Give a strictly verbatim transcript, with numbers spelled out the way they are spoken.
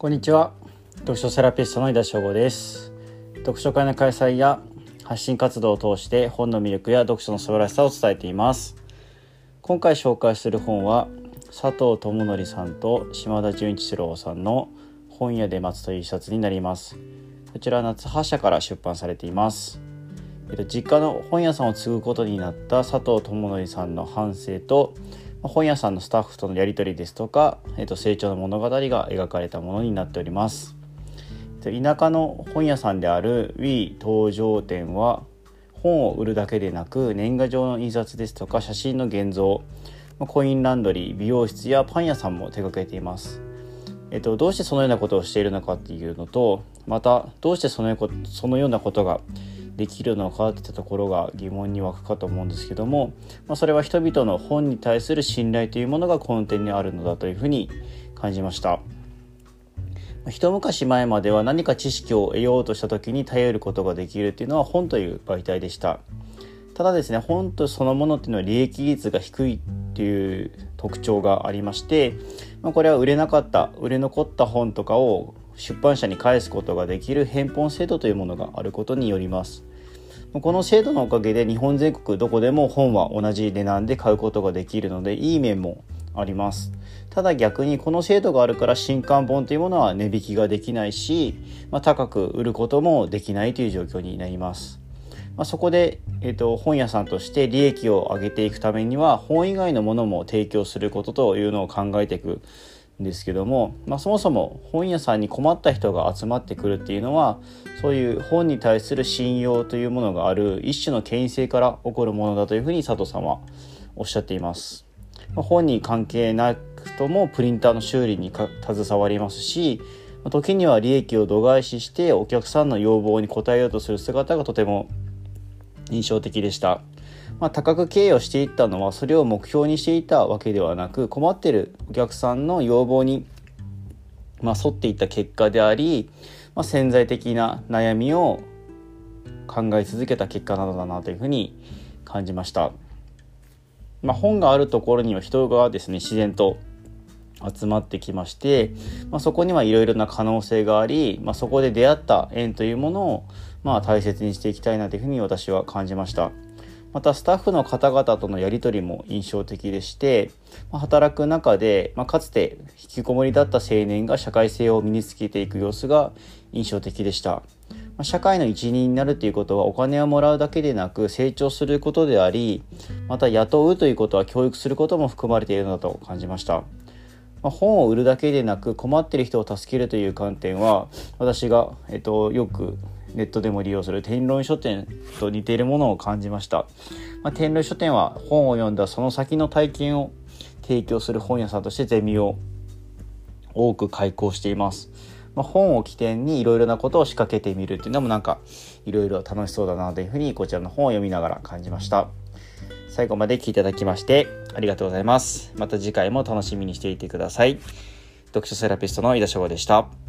こんにちは。読書セラピストの井田翔吾です。読書会の開催や発信活動を通して本の魅力や読書の素晴らしさを伝えています。今回紹介する本は佐藤智則さんと島田純一郎さんの本屋で待つという一冊になります。こちらは夏葉社から出版されています。えっと、実家の本屋さんを継ぐことになった佐藤智則さんの半生と本屋さんのスタッフとのやり取りですとか、えっと、成長の物語が描かれたものになっております。田舎の本屋さんである ウィー 東条店は本を売るだけでなく年賀状の印刷ですとか写真の現像、コインランドリー、美容室やパン屋さんも手掛けています。えっと、どうしてそのようなことをしているのかっていうのと、またどうしてそのようなこと、そのようなことができるのかといったところが疑問に湧くかと思うんですけども、まあ、それは人々の本に対する信頼というものが根底にあるのだというふうに感じました。一昔前までは何か知識を得ようとした時に頼ることができるというのは本という媒体でした。ただですね、本とそのものっていうのは利益率が低いっていう特徴がありまして、まあ、これは売れなかった売れ残った本とかを出版社に返すことができる返本制度というものがあることによります。この制度のおかげで日本全国どこでも本は同じ値段で買うことができるのでいい面もあります。ただ逆にこの制度があるから新刊本というものは値引きができないし、まあ、高く売ることもできないという状況になります。まあ、そこで、えーと、本屋さんとして利益を上げていくためには本以外のものも提供することというのを考えていくんですけども、まあ、そもそも本屋さんに困った人が集まってくるっていうのはそういう本に対する信用というものがある一種の権威性から起こるものだというふうに佐藤さんはおっしゃっています。まあ、本に関係なくともプリンターの修理にか携わりますし、時には利益を度外視してお客さんの要望に応えようとする姿がとても印象的でした。まあ、高く経営をしていったのはそれを目標にしていたわけではなく、困っているお客さんの要望に、まあ、沿っていった結果であり、まあ、潜在的な悩みを考え続けた結果なのだなというふうに感じました。まあ、本があるところには人がですね自然と集まってきまして、まあ、そこにはいろいろな可能性があり、まあ、そこで出会った縁というものをまあ大切にしていきたいなというふうに私は感じました。またスタッフの方々とのやり取りも印象的でして、まあ、働く中で、まあ、かつて引きこもりだった青年が社会性を身につけていく様子が印象的でした。まあ、社会の一員になるということはお金をもらうだけでなく成長することであり、また雇うということは教育することも含まれているのだと感じました。まあ、本を売るだけでなく困っている人を助けるという観点は私が、えっと、よくネットでも利用する天論書店と似ているものを感じました。まあ、天論書店は本を読んだその先の体験を提供する本屋さんとしてゼミを多く開講しています。まあ、本を起点にいろいろなことを仕掛けてみるっていうのもなんかいろいろ楽しそうだなというふうにこちらの本を読みながら感じました。最後まで聞いていただきましてありがとうございます。また次回も楽しみにしていてください。読書セラピストの井田翔吾でした。